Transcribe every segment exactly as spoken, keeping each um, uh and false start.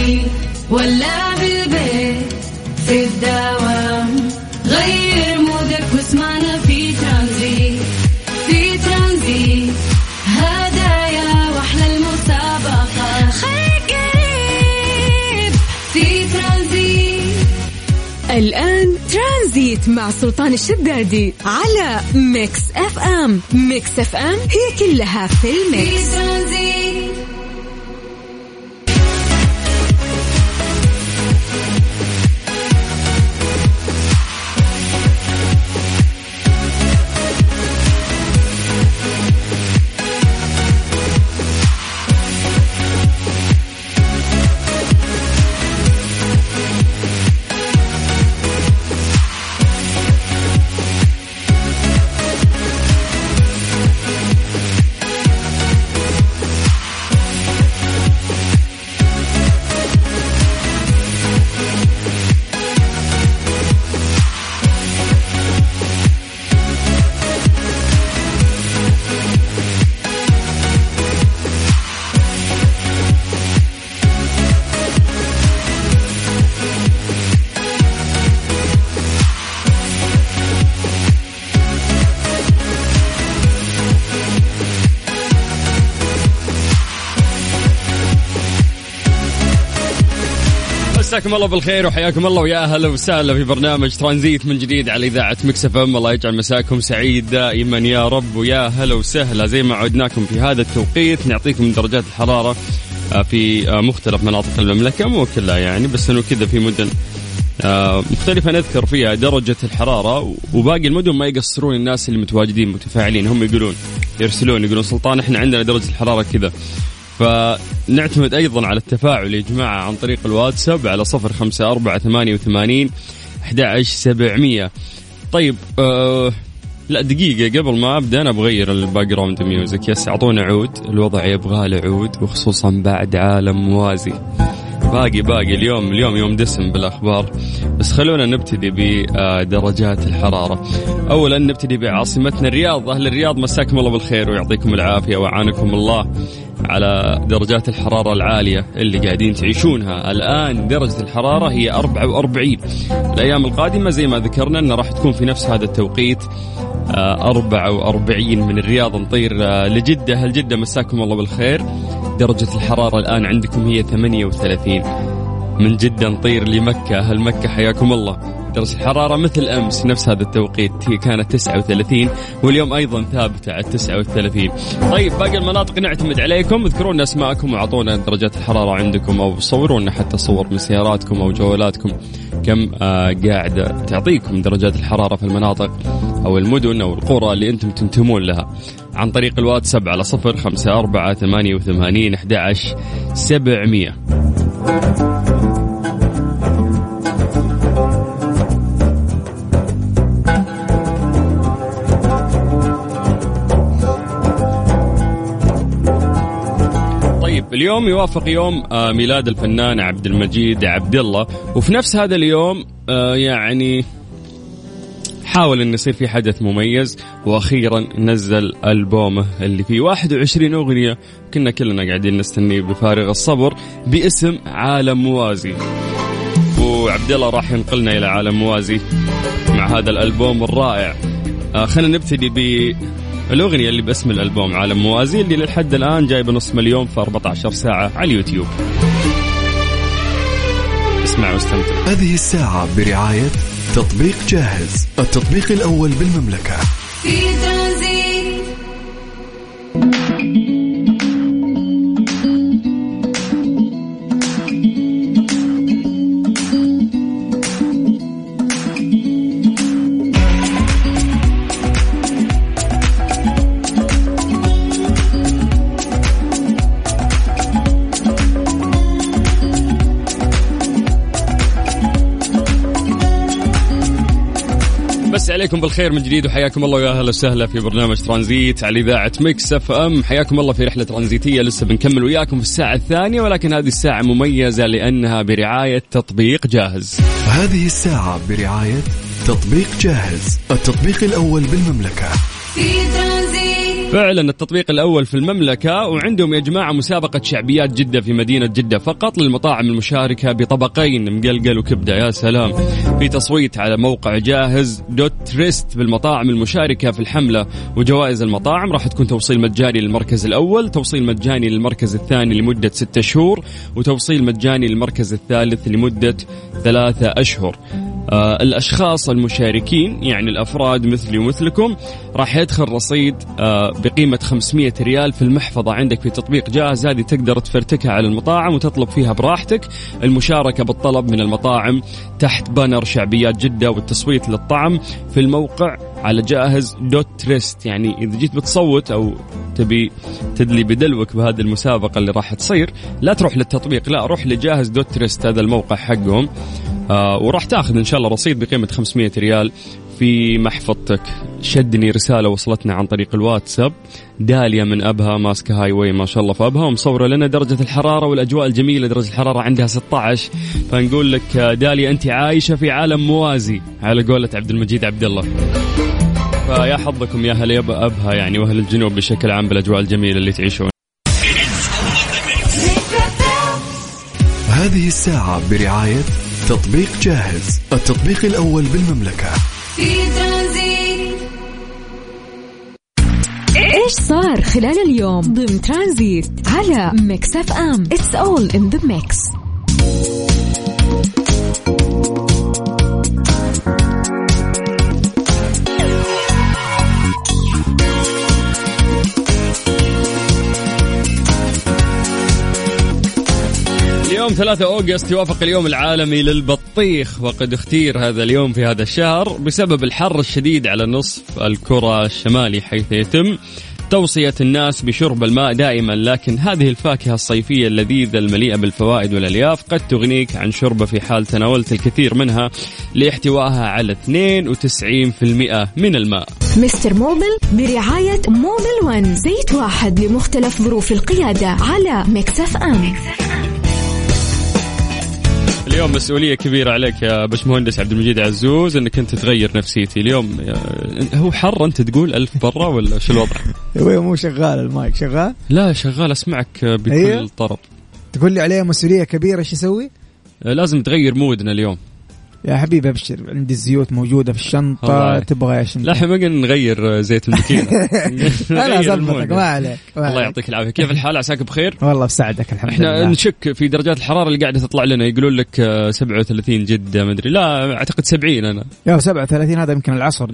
ترانزيت ولا بالبيت في الدوام، غير مودك واسمعنا في ترانزيت. في ترانزيت هدايا واحلى المسابقة، خليك قريب في ترانزيت. الآن ترانزيت مع سلطان الشدادي على ميكس اف ام. ميكس اف ام هي كلها في الميكس. في ترانزيت مساكم الله بالخير وحياكم الله ويا أهلا وسهلا في برنامج ترانزيت من جديد على إذاعة ميكس اف ام. الله يجعل مساكم سعيد دائما يا رب، ويا هلا وسهلا. زي ما عودناكم في هذا التوقيت نعطيكم درجات الحرارة في مختلف مناطق المملكة، مو كلها يعني، بس إنه كذا في مدن مختلفة نذكر فيها درجة الحرارة، وباقي المدن ما يقصرون. الناس اللي متواجدين متفاعلين هم يقولون يرسلون يقولون سلطان احنا عندنا درجة الحرارة كذا. فنعتمد أيضا على التفاعل يا جماعة عن طريق الواتساب على صفر خمسة أربعة ثمانية وثمانين أحد عشر سبعمية. طيب أه لا دقيقة قبل ما أبدأ أنا بغير الباك جراوند ميوزك. يس أعطونا عود، الوضع يبغى له عود، وخصوصا بعد عالم موازي. باقي باقي اليوم اليوم يوم دسم بالأخبار، بس خلونا نبتدي بدرجات الحرارة. أولا نبتدي بعاصمتنا الرياض. أهل الرياض مساكم الله بالخير ويعطيكم العافية وعانكم الله على درجات الحرارة العالية اللي قاعدين تعيشونها الآن. درجة الحرارة هي أربعة وأربعين. الأيام القادمة زي ما ذكرنا أن راح تكون في نفس هذا التوقيت أربعة وأربعين. من الرياض نطير لجدة. هل جدة مساكم الله بالخير، درجة الحرارة الآن عندكم هي ثمانية وثلاثين. من جدة نطير لمكة. هل مكة حياكم الله، درجة الحرارة مثل أمس نفس هذا التوقيت هي كانت تسعة وثلاثين، واليوم أيضا ثابتة على تسعة وثلاثين. طيب باقي المناطق نعتمد عليكم، اذكرونا أسماءكم وعطونا درجات الحرارة عندكم، أو صورونا حتى صور من سياراتكم أو جوالاتكم كم آه قاعدة تعطيكم درجات الحرارة في المناطق أو المدن أو القرى اللي أنتم تنتمون لها عن طريق الواتساب على صفر خمسة أربعة ثمانية وثمانين أحد عشر سبعمية. اليوم يوافق يوم ميلاد الفنان عبد المجيد عبد الله، وفي نفس هذا اليوم يعني حاول أن يصير في حدث مميز، وأخيرا نزل ألبومه اللي فيه واحد وعشرين أغنية كنا كلنا قاعدين نستنيه بفارغ الصبر، باسم عالم موازي. وعبد الله راح ينقلنا إلى عالم موازي مع هذا الألبوم الرائع. خلينا نبتدي ب الأغنية اللي باسم الألبوم عالم موازي، اللي للحد الآن جايب نص مليون في أربعة عشر ساعة على اليوتيوب. اسمع واستمتع. هذه الساعة برعاية تطبيق جاهز، التطبيق الأول بالمملكة. في ترانزيت عليكم بالخير من جديد، وحياكم الله ويا اهلا وسهلا في برنامج ترانزيت على اذاعه ميكس اف ام. حياكم الله في رحله ترانزيتيه لسه بنكمل وياكم في الساعه الثانيه، ولكن هذه الساعه مميزه لانها برعايه تطبيق جاهز. هذه الساعه برعايه تطبيق جاهز، التطبيق الاول بالمملكه. في ترانزيت فعلا التطبيق الأول في المملكة، وعندهم يا جماعة مسابقة شعبيات جدة في مدينة جدة فقط للمطاعم المشاركة بطبقين مقلقل وكبدة. يا سلام. في تصويت على موقع جاهز دوت تريست بالمطاعم المشاركة في الحملة، وجوائز المطاعم راح تكون توصيل مجاني للمركز الأول، توصيل مجاني للمركز الثاني لمدة ستة شهور، وتوصيل مجاني للمركز الثالث لمدة ثلاثة أشهر. آه الأشخاص المشاركين يعني الأفراد مثلي ومثلكم راح يدخل رصيد آه بقيمة خمسمية ريال في المحفظة عندك في تطبيق جاهز. هذه تقدر تفرتكها على المطاعم وتطلب فيها براحتك. المشاركة بالطلب من المطاعم تحت بانر شعبيات جدة، والتصويت للطعم في الموقع على جاهز دوت تريست. يعني إذا جيت بتصوت أو تبي تدلي بدلوك بهذه المسابقة اللي راح تصير، لا تروح للتطبيق، لا روح لجاهز دوت تريست، هذا الموقع حقهم. آه وراح تاخذ إن شاء الله رصيد بقيمة خمسمية ريال في محفظتك. شدني رسالة وصلتنا عن طريق الواتساب، داليا من أبها ماسكة هاي واي ما شاء الله في أبها، ومصورة لنا درجة الحرارة والأجواء الجميلة. درجة الحرارة عندها ستة عشر. فنقول لك داليا أنت عايشة في عالم موازي على قولة عبد المجيد عبد الله. فيا حظكم يا أهل أبها يعني وأهل الجنوب بشكل عام بالأجواء الجميلة اللي تعيشون. هذه الساعة برعاية تطبيق جاهز، التطبيق الأول بالمملكة. في ترانزيت. إيش صار خلال اليوم ضمن ترانزيت على ميكس اف ام. It's all in the mix. اليوم ثلاثة أغسطس يوافق اليوم العالمي للبطيخ، وقد اختير هذا اليوم في هذا الشهر بسبب الحر الشديد على نصف الكرة الشمالي، حيث يتم توصية الناس بشرب الماء دائما. لكن هذه الفاكهة الصيفية اللذيذة المليئة بالفوائد والألياف قد تغنيك عن شربها في حال تناولت الكثير منها لاحتوائها على اثنين وتسعين بالمئة من الماء. مستر موبل برعاية موبل ون، زيت واحد لمختلف ظروف القيادة على ميكس اف ام. اليوم مسؤولية كبيرة عليك يا باشمهندس عبد المجيد عزوز انك انت تغير نفسيتي اليوم. هو حر انت تقول ألف برا ولا شو الوضع؟ هو مو شغال المايك شغال؟ لا شغال، اسمعك بكل أيه؟ طرب. تقول لي عليه مسؤولية كبيرة، ايش يسوي؟ لازم تغير مودنا اليوم يا حبيبي. ابشر، عندي الزيوت موجودة في الشنطة، تبغى ايش؟ لا حمق نغير زيت الماكينة. انا زلمتك ما عليك. الله يعطيك العافية. كيف الحال؟ عساك بخير؟ والله بساعدك الحمد احنا لله. احنا نشك في درجات الحرارة اللي قاعدة تطلع لنا، يقولون لك سبعة وثلاثين جدة مدري، لا اعتقد سبعين انا. يا سبعة وثلاثين هذا يمكن العصر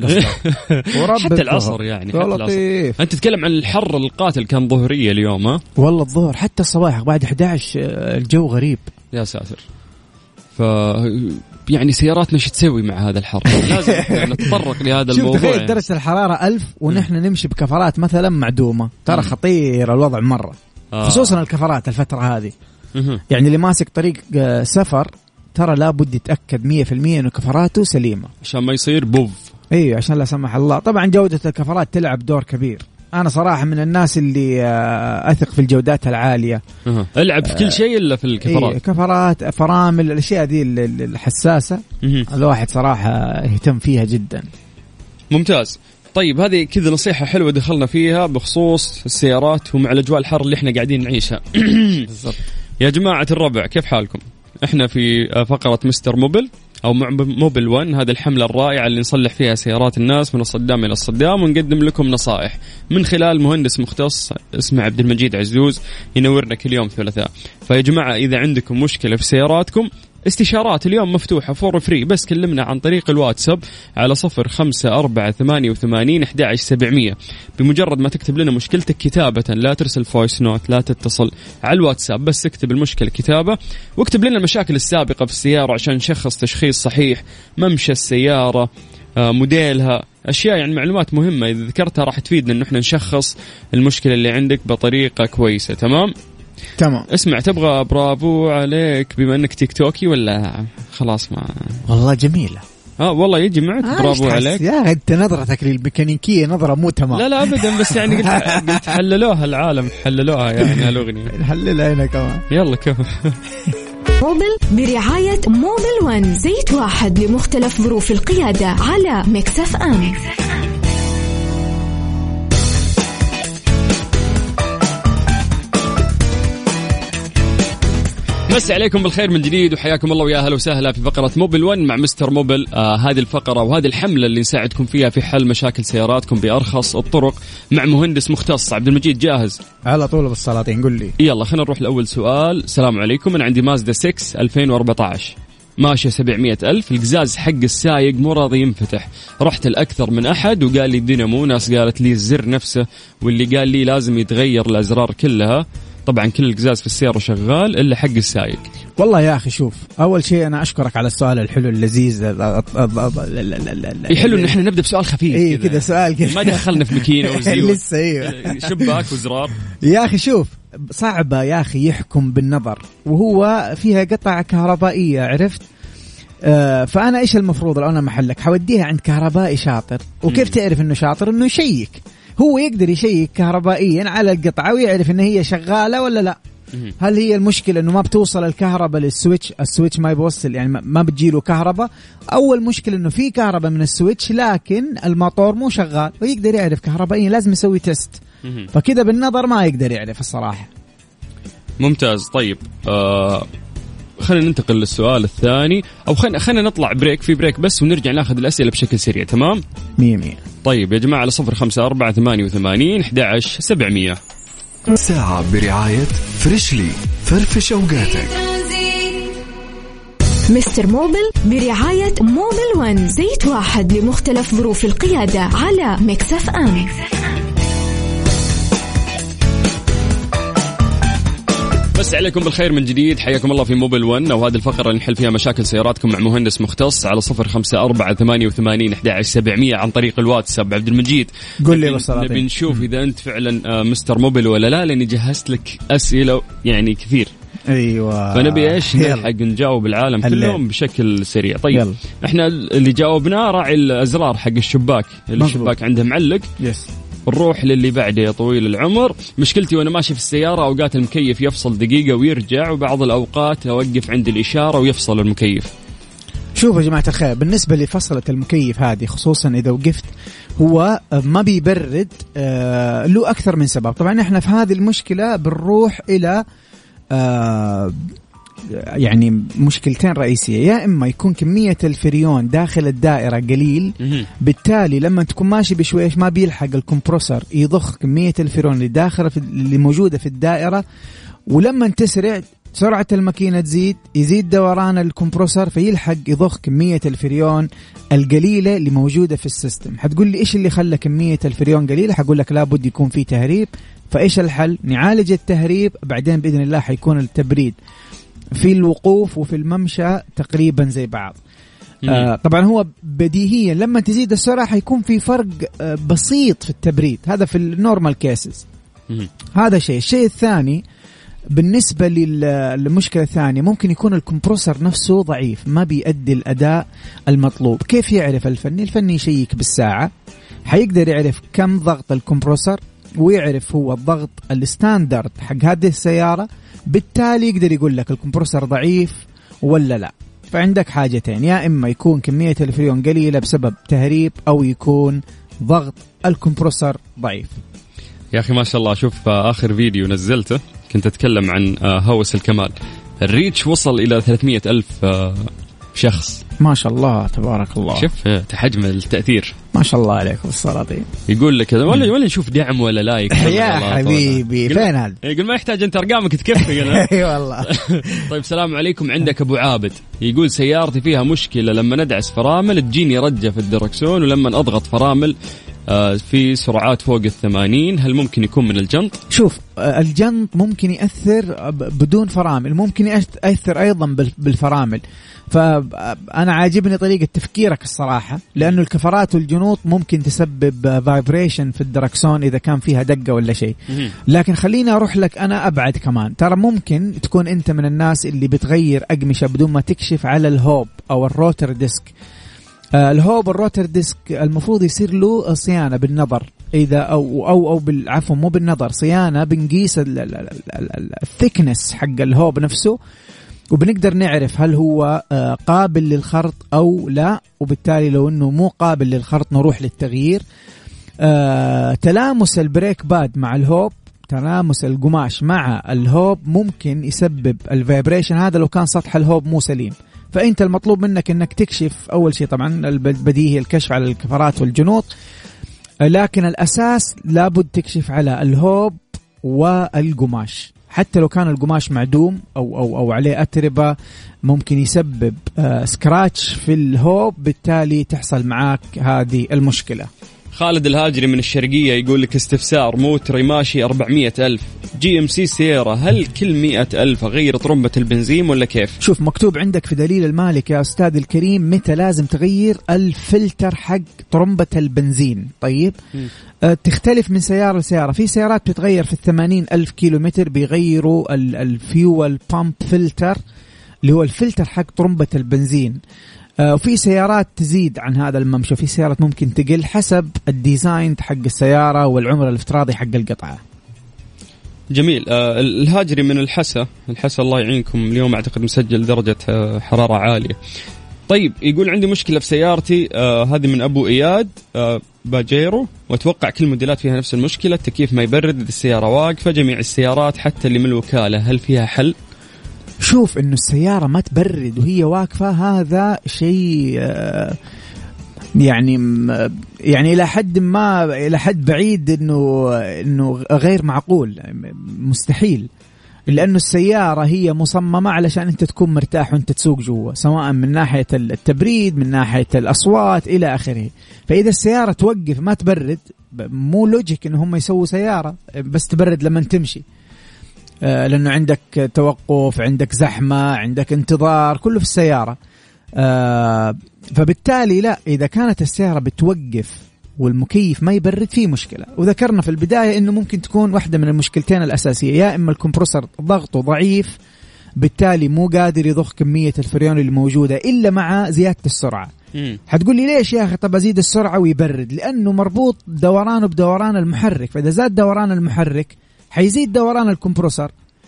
حتى العصر يعني حتى العصر. انت تتكلم عن الحر القاتل كان ظهرية اليوم. ها والله الظهر حتى الصباح بعد أحد عشر الجو غريب يا ساتر. ف يعني سياراتنا شو تسوي مع هذا الحر؟ لازم نتطرق لهذا الموضوع. شوف تخيل درجة الحرارة ألف ونحن نمشي بكفرات مثلا معدومة، ترى خطير الوضع مرة. آه. خصوصا الكفرات الفترة هذه. يعني اللي ماسك طريق سفر ترى لابد يتأكد مية في المية إنه كفراته سليمة عشان ما يصير بوف. ايه عشان لا سمح الله. طبعا جودة الكفرات تلعب دور كبير. أنا صراحة من الناس اللي أثق في الجودات العالية. أه. ألعب في كل شيء إلا في الكفرات. إيه كفرات، فرامل، الأشياء دي الحساسة. أه. الواحد صراحة يهتم فيها جدا. ممتاز. طيب هذه كذا نصيحة حلوة دخلنا فيها بخصوص السيارات ومع الأجواء الحر اللي احنا قاعدين نعيشها. بالضبط. يا جماعة الربع كيف حالكم؟ احنا في فقرة مستر موبل أو موبل ون، هذه الحملة الرائعة اللي نصلح فيها سيارات الناس من الصدام إلى الصدام، ونقدم لكم نصائح من خلال مهندس مختص اسمه عبد المجيد عزوز ينورنا كل يوم ثلاثاء. فيا جماعة إذا عندكم مشكلة في سياراتكم، استشارات اليوم مفتوحة فور فري، بس كلمنا عن طريق الواتساب على صفر خمسة أربعة ثمانية وثمانين أحد عشر سبعمية. بمجرد ما تكتب لنا مشكلتك كتابة، لا ترسل فويس نوت، لا تتصل على الواتساب، بس اكتب المشكلة كتابة واكتب لنا المشاكل السابقة في السيارة عشان نشخص تشخيص صحيح، ممشى السيارة، موديلها، أشياء يعني معلومات مهمة إذا ذكرتها راح تفيدنا إنه احنا نشخص المشكلة اللي عندك بطريقة كويسة. تمام؟ تمام. اسمع، تبغى برافو عليك بما انك تيك توكي ولا خلاص؟ ما والله جميلة. اه والله يجي معك آه برافو عليك يا اخي. انت نظرتك للميكانيكية نظرة مو تمام. لا لا ابدا، بس يعني قلت قلت حللوها العالم، حللوها يعني هالاغنية. نحللها هنا كمان. يلا كيف. موبل برعاية موبل ون، زيت واحد لمختلف ظروف القيادة على ميكس اف ام. بس عليكم بالخير من جديد وحياكم الله ويا اهلا وسهلا في فقرة موبل ون مع مستر موبل. آه هذه الفقرة وهذه الحملة اللي نساعدكم فيها في حل مشاكل سياراتكم بأرخص الطرق مع مهندس مختص. عبد المجيد جاهز؟ على طول بالسلاطين قل لي. يلا خلينا نروح لأول سؤال. السلام عليكم، أنا عندي مازدا ستة ألفين وأربعة عشر ماشية سبعمية ألف، القزاز حق السايق مو راضي ينفتح، رحت لأكثر من أحد وقال لي دينامو، ناس قالت لي الزر نفسه، واللي قال لي لازم يتغير الأزرار كلها. طبعا كل القزاز في السيارة شغال إلا حق السايق. والله يا أخي شوف، أول شيء أنا أشكرك على السؤال الحلو اللذيذ. يحلو إن إحنا نبدأ بسؤال خفيف. إيه كذا سؤال كذا ما دخلنا في ماكينة وزيوت. لسه إيه شباك وزرار. يا أخي شوف، صعبة يا أخي يحكم بالنظر، وهو فيها قطع كهربائية عرفت. آه فأنا إيش المفروض لو أنا محلك حوديها عند كهربائي شاطر. وكيف تعرف إنه شاطر؟ إنه يشيك، هو يقدر يشيك كهربائيا على القطعة ويعرف إن هي شغالة ولا لا. هل هي المشكلة إنه ما بتوصل الكهرباء للسويتش، السويتش ما يوصل يعني ما بتجيله كهرباء، أو المشكلة إنه في كهرباء من السويتش لكن الموتور مو شغال، ويقدر يعرف كهربائيا لازم يسوي تيست. فكده بالنظر ما يقدر يعرف الصراحة. ممتاز. طيب آه خلينا ننتقل للسؤال الثاني، أو خلينا خلينا نطلع بريك في بريك بس ونرجع ناخذ الأسئلة بشكل سريع. تمام مية مية. طيب يا جماعة على صفر خمسة أربعة ثمانية وثمانين أحد عشر سبعمية. ساعة برعاية فريشلي، فرفش أوقاتك. مستر موبل برعاية موبل ون، زيت واحد لمختلف ظروف القيادة على ميكس اف ام. بس عليكم بالخير من جديد، حياكم الله في موبل ون، وهذه الفقرة اللي نحل فيها مشاكل سياراتكم مع مهندس مختص على صفر خمسة أربعة ثمانية وثمانين أحد عشر سبعمية عن طريق الواتساب. عبد المجيد قل لي بصراحة، نبي نشوف إذا أنت فعلا مستر موبل ولا لا، لأني جهزت لك أسئلة يعني كثير. ايوه فنبي ايش نلحق نجاوب العالم كلهم بشكل سريع. طيب يلا. احنا اللي جاوبناه راعي الازرار حق الشباك، اللي الشباك عنده معلق. يس. نروح للي بعده يا طويل العمر. مشكلتي وانا ماشي في السياره اوقات المكيف يفصل دقيقه ويرجع، وبعض الاوقات اوقف عند الاشاره ويفصل المكيف. شوفوا يا جماعه الخير، بالنسبه لفصلة المكيف هذه خصوصا اذا وقفت، هو ما بيبرد آه له اكثر من سبب. طبعا احنا في هذه المشكله بنروح الى آه يعني مشكلتين رئيسية. يا إما يكون كمية الفريون داخل الدائرة قليل، بالتالي لما تكون ماشي بشويش ما بيلحق الكمبروسر يضخ كمية الفريون اللي داخل في اللي موجودة في الدائرة، ولما تسرع سرعة الماكينة تزيد، يزيد دوران الكمبروسر فيلحق يضخ كمية الفريون القليلة اللي موجودة في السيستم. حتقول لي إيش اللي خلى كمية الفريون قليلة؟ حقول لك لابد يكون في تهريب. فإيش الحل؟ نعالج التهريب، بعدين بإذن الله حيكون التبريد في الوقوف وفي الممشى تقريبا زي بعض. آه طبعا هو بديهيا لما تزيد السرعة حيكون في فرق آه بسيط في التبريد، هذا في النورمال كيسز. هذا شيء. الشيء الثاني بالنسبة للمشكلة الثانية، ممكن يكون الكمبروسر نفسه ضعيف ما بيؤدي الأداء المطلوب. كيف يعرف الفني؟ الفني يشيك بالساعة، حيقدر يعرف كم ضغط الكمبروسر ويعرف هو الضغط الستاندرد حق هذه السيارة، بالتالي يقدر يقول لك الكمبروسر ضعيف ولا لا. فعندك حاجتين، يا إما يكون كمية الفريون قليلة بسبب تهريب، أو يكون ضغط الكمبروسر ضعيف. يا أخي ما شاء الله، شوف آخر فيديو نزلته كنت أتكلم عن هوس الكمال، الريتش وصل إلى ثلاثمية ألف شخص. ما شاء الله تبارك الله. شوف تحجم التأثير، ما شاء الله عليكم السلاطين. يقول لك ولا ولا نشوف دعم ولا لايك يا حبيبي فين هذا؟ يقول ما يحتاج انت ارقامك تكفي. اي والله. طيب سلام عليكم، عندك ابو عابد يقول سيارتي فيها مشكله، لما ندعس فرامل تجيني رجه في الدركسون، ولما اضغط فرامل في سرعات فوق الثمانين. هل ممكن يكون من الجنط؟ شوف الجنط ممكن يأثر بدون فرامل، ممكن يأثر أيضا بالفرامل. فأنا عاجبني طريقة تفكيرك الصراحة، لأنه الكفرات والجنوط ممكن تسبب فايبريشن في الدركسون إذا كان فيها دقة ولا شيء. لكن خليني أروح لك أنا أبعد كمان. ترى ممكن تكون أنت من الناس اللي بتغير أقمشة بدون ما تكشف على الهوب أو الروتر ديسك. الهوب الروتر ديسك المفروض يصير له صيانة بالنظر، إذا أو أو أو بالعفو مو بالنظر، صيانة بنقيس الثيكنس حق الهوب نفسه، وبنقدر نعرف هل هو قابل للخرط أو لا، وبالتالي لو إنه مو قابل للخرط نروح للتغيير. تلامس البريك باد مع الهوب تلامس القماش مع الهوب ممكن يسبب الفايبريشن هذا لو كان سطح الهوب مو سليم. فأنت المطلوب منك أنك تكشف أول شيء طبعا البديهي الكشف على الكفرات والجنوط، لكن الأساس لابد تكشف على الهوب والقماش. حتى لو كان القماش معدوم أو, أو, أو عليه أتربة ممكن يسبب آه سكراتش في الهوب، بالتالي تحصل معاك هذه المشكلة. خالد الهاجري من الشرقية يقول لك استفسار، موتري ماشي أربعمية ألف جي ام سي سيارة، هل كل مئة ألف أغير طرمبة البنزين ولا كيف؟ شوف مكتوب عندك في دليل المالك يا أستاذ الكريم متى لازم تغير الفلتر حق طرمبة البنزين. طيب أه تختلف من سيارة لسيارة. في سيارات بتتغير في الثمانين ألف كيلو متر بيغيروا الفيول بامب فلتر اللي هو الفلتر حق طرمبة البنزين. وفي سيارات تزيد عن هذا الممشى، في سيارات ممكن تقل حسب الديزاين حق السيارة والعمر الافتراضي حق القطعة. جميل. آه الهاجري من الحسا، الحسا الله يعينكم اليوم أعتقد مسجل درجة آه حرارة عالية. طيب يقول عندي مشكلة في سيارتي، آه هذه من أبو إياد، آه باجيرو، وأتوقع كل الموديلات فيها نفس المشكلة، التكييف ما يبرد، السيارة واقفة، جميع السيارات حتى اللي من الوكالة، هل فيها حل؟ شوف إنه السيارة ما تبرد وهي واقفة هذا شيء يعني يعني إلى حد ما إلى حد بعيد إنه إنه غير معقول، مستحيل، لأنه السيارة هي مصممة علشان أنت تكون مرتاح وأنت تسوق جوا، سواء من ناحية التبريد من ناحية الأصوات إلى آخره. فإذا السيارة توقف ما تبرد مو لوجيك إن هم يسووا سيارة بس تبرد لما تمشي، لأنه عندك توقف، عندك زحمة، عندك انتظار، كله في السيارة. فبالتالي لا، إذا كانت السيارة بتوقف والمكيف ما يبرد فيه مشكلة. وذكرنا في البداية إنه ممكن تكون واحدة من المشكلتين الأساسية، يا إما الكمبرسور ضغطه ضعيف بالتالي مو قادر يضخ كمية الفريون اللي موجودة إلا مع زيادة السرعة. حتقول لي ليش يا أخي؟ طب أزيد السرعة ويبرد، لأنه مربوط دورانه بدوران المحرك، فإذا زاد دوران المحرك حيزيد دوران الكمبرسور،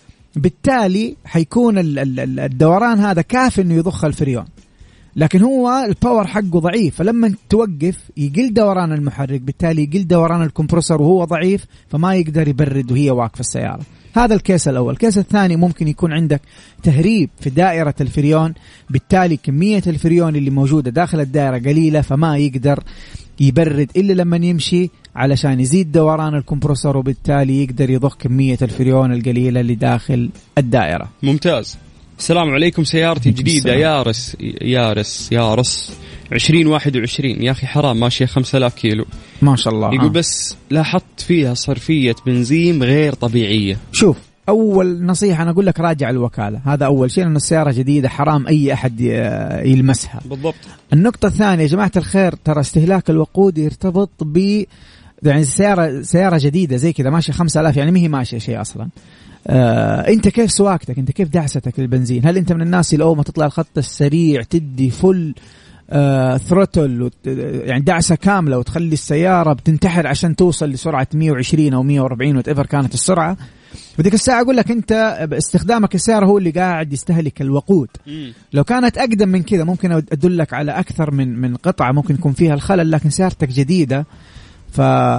بالتالي حيكون الدوران هذا كافي إنه يضخ الفريون، لكن هو الباور حقه ضعيف، فلما توقف يقل دوران المحرك، بالتالي يقل دوران الكمبرسور وهو ضعيف، فما يقدر يبرد وهي واقفة السيارة. هذا الكيس الأول. الكيس الثاني ممكن يكون عندك تهريب في دائرة الفريون، بالتالي كمية الفريون اللي موجودة داخل الدائرة قليلة، فما يقدر يبرد إلا لما يمشي علشان يزيد دوران الكمبرسور، وبالتالي يقدر يضخ كمية الفريون القليلة اللي داخل الدائرة. ممتاز. السلام عليكم، سيارتي جديدة يارس يارس يارس عشرين واحد وعشرين، يا أخي حرام ماشية خمسة آلاف كيلو ما شاء الله. يقول بس لاحظت فيها صرفية بنزين غير طبيعية. شوف، أول نصيحة أنا أقول لك راجع الوكالة، هذا أول شيء، لأن السيارة جديدة حرام أي أحد يلمسها. بالضبط. النقطة الثانية يا جماعة الخير، ترى استهلاك الوقود يرتبط ب يعني سيارة سيارة جديدة زي كذا ماشية خمسة آلاف، يعني ما هي ماشية شيء أصلا. آه، انت كيف سواقتك، انت كيف دعستك للبنزين؟ هل انت من الناس اللي اول ما تطلع الخط السريع تدي فل آه ثروتل وت... يعني دعسة كاملة وتخلي السيارة بتنتحر عشان توصل لسرعة مية وعشرين او مية وأربعين وتأفر كانت السرعة؟ بديك الساعة اقول لك انت استخدامك السيارة هو اللي قاعد يستهلك الوقود. م. لو كانت اقدم من كذا ممكن ادلك على اكثر من من قطعة ممكن يكون فيها الخلل، لكن سيارتك جديدة، ف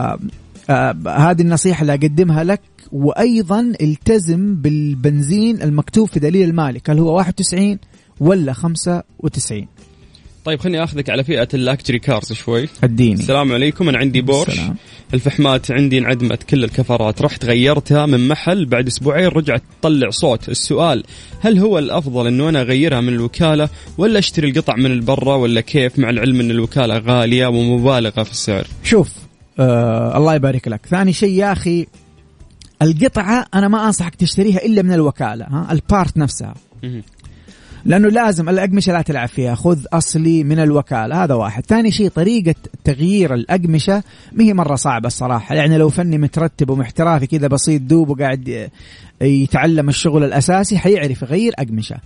آه هذه النصيحة اللي اقدمها لك. وأيضا التزم بالبنزين المكتوب في دليل المالك، هل هو واحد وتسعين ولا خمسة وتسعين؟ طيب خلني أخذك على فئة اللاكجري كارز شوي. الديني. السلام عليكم، أنا عندي بورش السلام. الفحمات عندي انعدمت كل الكفرات، رحت غيرتها من محل، بعد أسبوعين رجعت تطلع صوت. السؤال، هل هو الأفضل أنه أنا أغيرها من الوكالة ولا أشتري القطع من البرة ولا كيف، مع العلم أن الوكالة غالية ومبالغة في السعر؟ شوف آه الله يبارك لك. ثاني شيء يا أخي، القطعة أنا ما أنصحك تشتريها إلا من الوكالة، ها البارت نفسها، لأنه لازم الأقمشة لا تلعب فيها، خذ أصلي من الوكالة، هذا واحد. ثاني شيء، طريقة تغيير الأقمشة مهي مرة صعبة الصراحة، يعني لو فني مترتب ومحترافي كذا بسيط دوب وقاعد يتعلم الشغل الأساسي حيعرف يغير أقمشة.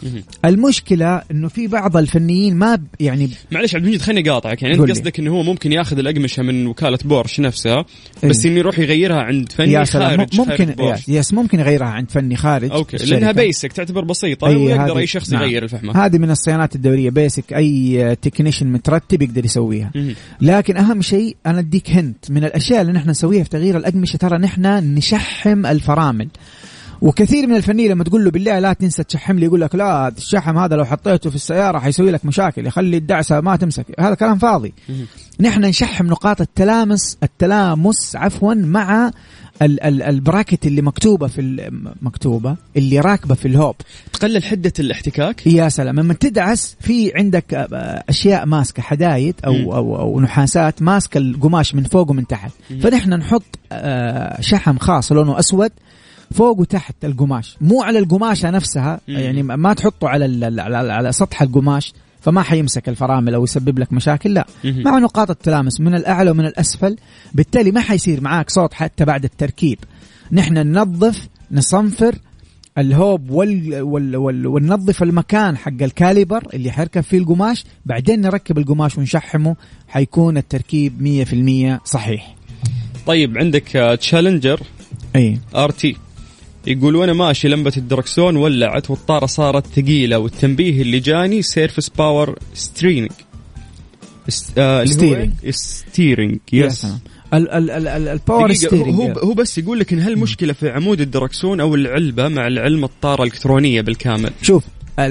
المشكلة إنه في بعض الفنيين ما ب... يعني معلش عبد المجيد خليني قاطعك، يعني أنت قصدك إنه هو ممكن ياخذ الأقمشة من وكالة بورش نفسها بس إنه يروح يغيرها عند فني خارج ممكن خارج يس ممكن يغيرها عند فني خارج، أوكي، لأنها بيسك تعتبر بسيطة ويقدر أي شخص يغير نعم. الفحمة. هذه من الصيانات الدورية بيسك، أي تكنيشن مترتب يقدر يسويها. لكن أهم شيء أنا أديك هنت من الأشياء اللي نحن نسويها في تغيير الأقمشة، ترى نحن نشحم الفرامل. وكثير من الفنيين لما تقول له بالله لا تنسى تشحم لي، يقول لك لا الشحم هذا لو حطيته في السيارة حيسوي لك مشاكل، يخلي الدعسة ما تمسك. هذا كلام فاضي. نحن نشحم نقاط التلامس التلامس عفوا مع ال ال البراكت اللي مكتوبة في المكتوبة اللي راكبة في الهوب، تقلل حدة الاحتكاك. يا سلام. لما تدعس في عندك أشياء ماسكة حدايد أو, أو, أو نحاسات ماسكة القماش من فوق ومن تحت، فنحن نحط شحم خاص لونه أسود فوق وتحت القماش، مو على القماشة نفسها. مم. يعني ما تحطه على على سطح القماش فما حيمسك الفرامل أو يسبب لك مشاكل، لا. مم. مع نقاط التلامس من الأعلى ومن الأسفل، بالتالي ما حيصير معاك صوت حتى بعد التركيب. نحن ننظف نصنفر الهوب وال وال وال وننظف المكان حق الكاليبر اللي حيركب فيه القماش، بعدين نركب القماش ونشحمه، حيكون التركيب مية في المية صحيح. طيب عندك تشالنجر اي ار تي يقول وانا ماشي لمبة الدركسون ولعت والطارة صارت ثقيلة والتنبيه اللي جاني سيرفس باور سترينج ستيرينج ستيرينج يس الباور ستيرينج. هو هو بس يقول لك ان هالمشكلة في عمود الدركسون او العلبة مع العلم الطارة الإلكترونية بالكامل. شوف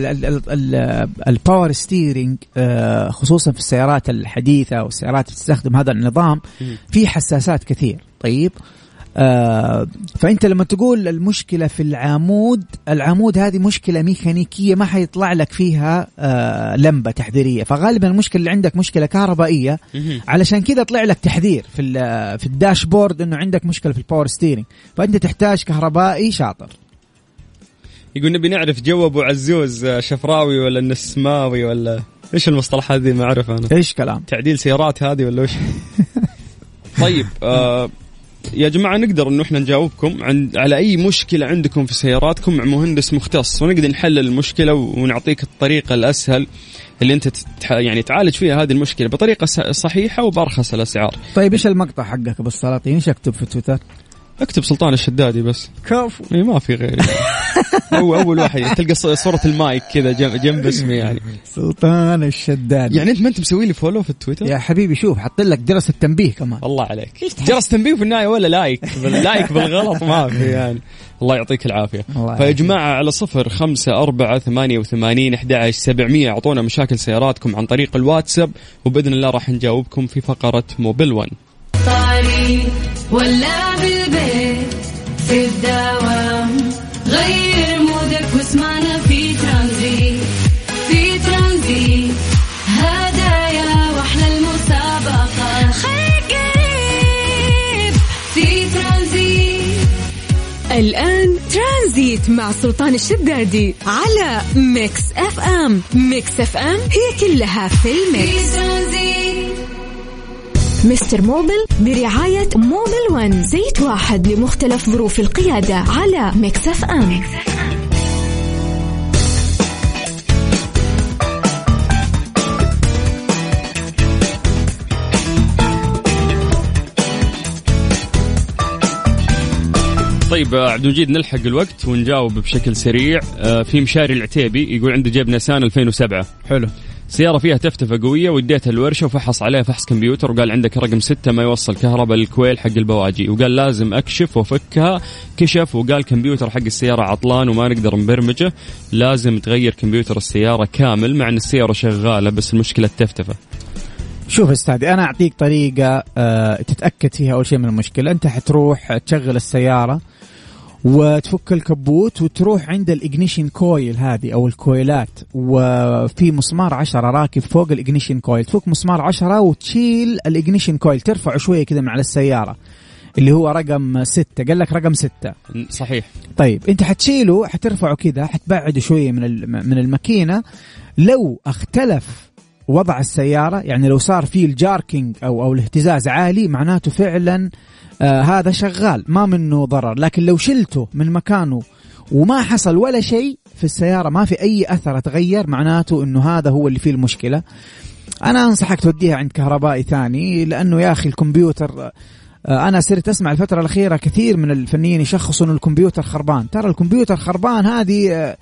الباور ستيرينج خصوصا في السيارات الحديثة والسيارات اللي تستخدم هذا النظام في حساسات كثير. طيب آه فأنت لما تقول المشكلة في العمود، العمود هذه مشكلة ميكانيكية ما حيطلع لك فيها آه لمبة تحذيرية، فغالبا المشكلة اللي عندك مشكلة كهربائية، علشان كذا طلع لك تحذير في في الداشبورد إنه عندك مشكلة في الباور ستيرينج، فأنت تحتاج كهربائي شاطر. يقول نبي نعرف جو أبو عزوز شفراوي ولا النسماوي ولا إيش المصطلحات هذه؟ ما أعرف أنا إيش كلام تعديل سيارات هذه ولا إيش؟ طيب آه يا جماعة نقدر إنه إحنا نجاوبكم عن على أي مشكلة عندكم في سياراتكم مع مهندس مختص، ونقدر نحل المشكلة ونعطيك الطريقة الأسهل اللي أنت تتح... يعني تعالج فيها هذه المشكلة بطريقة صحيحة وبأرخص الأسعار. طيب إيش المقطع حقك أبو السلاطين؟ إيش أكتب في تويتر؟ اكتب سلطان الشدادي بس كفو. اي ما في غير. هو اول واحد تلقى صورة المايك كذا جنب اسمي يعني سلطان الشدادي. يعني انت ما انت مسوي لي فولو في التويتر يا حبيبي؟ شوف حط لك جرس التنبيه كمان. الله عليك جرس تنبيه في النهاية ولا لايك لايك بالغلط ما في يعني. الله يعطيك العافية. فيا جماعة على صفر خمسة أربعة ثمانية وثمانين أحد عشر سبعمية أعطونا مشاكل سياراتكم عن طريق الواتساب، وبإذن الله راح نجاوبكم في فقرة موبيل ون. طريق ولا بالبيت في الدوام، غير مودك واسمعنا في ترانزيت. في ترانزيت هدايا واحلى المسابقة، خليك قريب في ترانزيت. الآن ترانزيت مع سلطان الشدادي على ميكس اف ام. ميكس اف ام هي كلها في الميكس. مستر موبل برعاية موبل ون، زيت واحد لمختلف ظروف القيادة على ميكس اف ام. طيب عبد المجيد نلحق الوقت ونجاوب بشكل سريع. في مشاري العتيبي يقول عنده جيب نيسان ألفين وسبعة، حلو، سيارة فيها تفتفة قوية وديتها الورشة وفحص عليها فحص كمبيوتر وقال عندك رقم ستة ما يوصل كهرباء للكويل حق البواجي، وقال لازم أكشف وفكها. كشف وقال كمبيوتر حق السيارة عطلان وما نقدر نبرمجه، لازم تغير كمبيوتر السيارة كامل، مع أن السيارة شغالة بس المشكلة التفتفة. شوف استاذي أنا أعطيك طريقة أه تتأكد فيها أول شيء من المشكلة. أنت حتروح تشغل السيارة وتفك الكبوت وتروح عند الإجنيشن كويل هذه أو الكويلات، وفي مسمار عشرة راكب فوق الإجنيشن كويل، تفك مسمار عشرة وتشيل الإجنيشن كويل، ترفعه شوية كده من على السيارة اللي هو رقم ستة، قال لك رقم ستة صحيح. طيب أنت حتشيله حترفعه كده، حتبعده شوية من من الماكينة. لو اختلف وضع السيارة يعني لو صار فيه الجاركينج أو أو الاهتزاز عالي، معناته فعلا آه هذا شغال ما منه ضرر. لكن لو شلته من مكانه وما حصل ولا شيء في السيارة، ما في أي أثر تغير، معناته إنه هذا هو اللي فيه المشكلة. أنا أنصحك توديها عند كهربائي ثاني، لأنه يا أخي الكمبيوتر آه أنا صرت أسمع الفترة الأخيرة كثير من الفنيين يشخصوا إنه الكمبيوتر خربان. ترى الكمبيوتر خربان هذه آه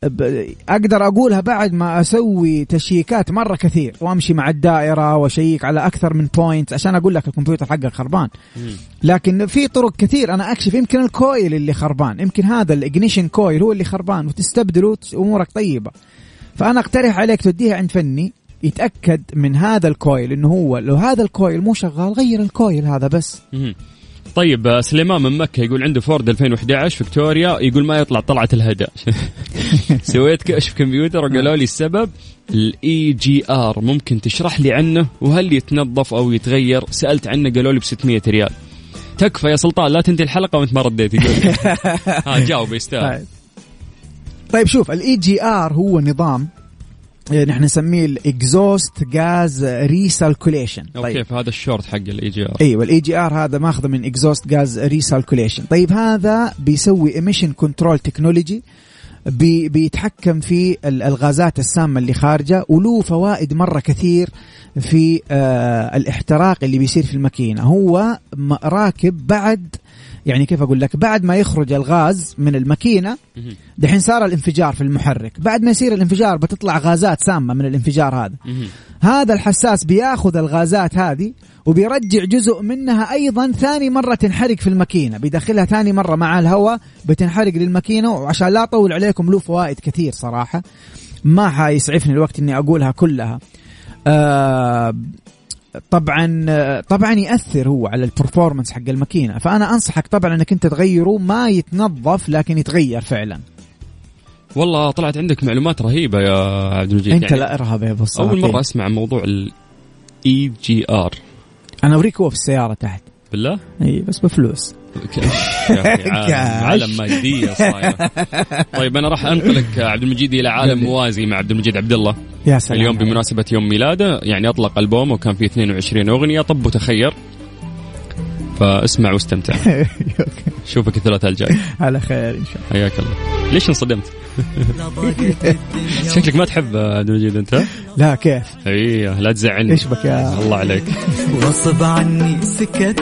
أقدر أقولها بعد ما أسوي تشييكات مرة كثير وأمشي مع الدائرة وأشيك على أكثر من بوينت عشان أقول لك الكمبيوتر حقك خربان. لكن في طرق كثير أنا أكشف يمكن الكويل اللي خربان، يمكن هذا الإجنيشن كويل هو اللي خربان وتستبدله أمورك طيبة. فأنا أقترح عليك توديها عند فني يتأكد من هذا الكويل إنه هو لو هذا الكويل مو شغال غير الكويل هذا بس. طيب سليمان من مكة يقول عنده فورد ألفين وإحدى عشر فيكتوريا، يقول ما يطلع طلعة الهدى. سويت كشف كمبيوتر وقالوا لي السبب الإي جي آر، ممكن تشرح لي عنه وهل يتنظف أو يتغير؟ سألت عنه قالوا لي بستمية ريال. تكفى يا سلطان لا تنتهي الحلقة وانت ما رديت. يقول ها جاوب يستاهل. طيب شوف الإي جي آر هو نظام نحن نسميه الاكزوست غاز ريسالكوليشن. طيب كيف هذا الشورت حق الاي جي ار؟ ايوه الاي جي ار هذا ماخذ من اكزوست غاز ريسالكوليشن. طيب هذا بيسوي ايميشن كنترول تكنولوجي، بي بيتحكم في الغازات السامة اللي خارجة، وله فوائد مرة كثير في آه الاحتراق اللي بيصير في الماكينة. هو راكب بعد يعني كيف أقول لك بعد ما يخرج الغاز من الماكينة دحين صار الانفجار في المحرك، بعد ما يصير الانفجار بتطلع غازات سامة من الانفجار هذا. هذا الحساس بياخذ الغازات هذه وبيرجع جزء منها أيضا ثاني مرة تنحرق في الماكينة، بيدخلها ثاني مرة مع الهواء بتنحرق للماكينة. وعشان لا أطول عليكم له فوائد كثير صراحة ما حيسعفني الوقت إني أقولها كلها. آه طبعا طبعا يأثر هو على البرفورمانس حق الماكينة، فأنا أنصحك طبعا أنك أنت تغيره، ما يتنظف لكن يتغير فعلا. والله طلعت عندك معلومات رهيبة يا عبد المجيد. أنت يعني لا إرهاب يا بص. أول مرة أسمع عن موضوع الإي جي آر. أنا أوريك هو في السيارة تحت. بالله؟ إيه بس بفلوس. عالم مادية صاير. طيب أنا راح أنقلك عبد المجيد إلى عالم موازي مع عبد المجيد عبد الله. يا سلام. اليوم بمناسبة يوم ميلاده يعني أطلق ألبوم وكان فيه اثنين وعشرين أغنية. طب وتخير، فاسمع واستمتع. شوفك الثلاثاء الجاي على خير إن شاء الله. حياك الله. ليش انصدمت؟ شكلك ما تحب عبد المجيد أنت. لا كيف؟ ايه لا تزعلني. ايش بك يا الله عليك. وصب عني سكت